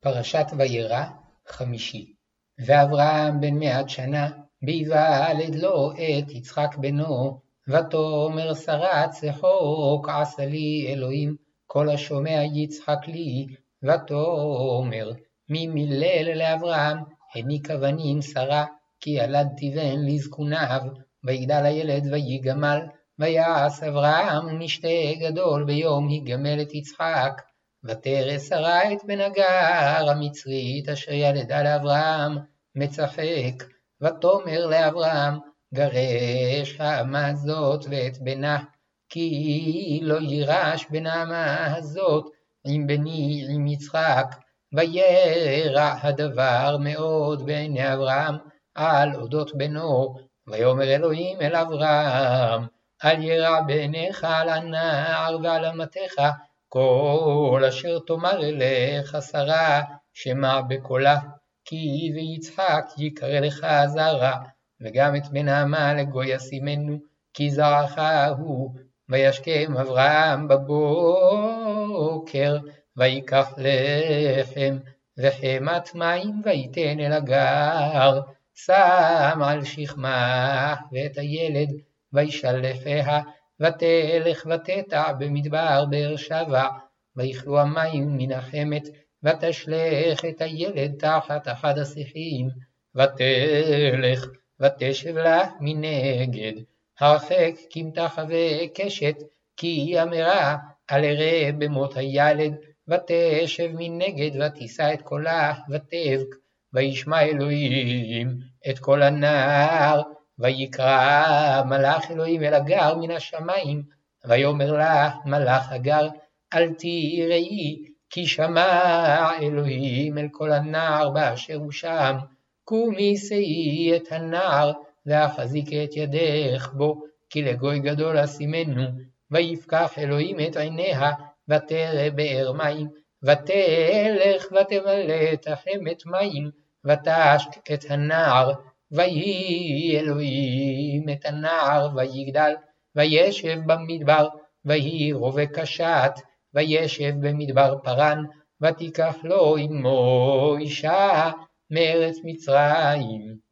פרשת וירא חמישי. ואברהם בן 100 שנה, ויוולד לו את יצחק בנו, ותאמר שרה צחוק עשה לי אלוהים, כל השומע יצחק לי, ותאמר מי מילל לאברהם, הניקה בנים שרה, כי ילדתי בן לזקוניו, ויגדל הילד ויגמל, ויעש אברהם משתה גדול ביום יגמל את יצחק, ותרא שרה את בן הגר המצרית אשר ילדה לאברהם מצחק, ותאמר לאברהם גרש האמה הזאת ואת בנה, כי לא יירש בן האמה הזאת עם בני עם יצחק. וירע הדבר מאוד בעיני אברהם על אודות בנו, ויאמר אלוהים אל אברהם אל ירע בעיניך על הנער ועל אמתך, כל אשר תאמר אליך שרה שמע בקולה, כי ויצחק יקרא לך זרע, וגם את בן האמה לגוי ישימנו, כי זרעך הוא. וישכם אברהם בבוקר, ויקח לחם וחמת מים ויתן אל הגר, שם על שכמה ואת הילד וישלחיה, ותלך ותטע במדבר באר שבע, ויכלו המים מן החמת, ותשלך את הילד תחת אחד השיחים, ותלך ותשב לה מנגד, הרחק כמתחה וקשת, כי אמרה על אראה במות הילד, ותשב מנגד ותישא את קולה ותבק, וישמע אלוהים את קול הנער, ויקרא מלאך אלוהים אל הגר מן השמיים, ויאמר לה מלאך הגר אל תיראי, כי שמע אלוהים אל קול הנער באשר הוא שם, קומי שאי את הנער ואחזיקי את ידך בו, כי לגוי גדול אשימנו. ויפקח אלוהים את עיניה ותרא באר מים, ותלך ותמלא את החמת מים, ותשק את הנער, ויהי אלוהים את הנער ויגדל, וישב במדבר, ויהי רובה קשת, וישב במדבר פרן, ותיקח לו עמו אישה מארץ מצרים.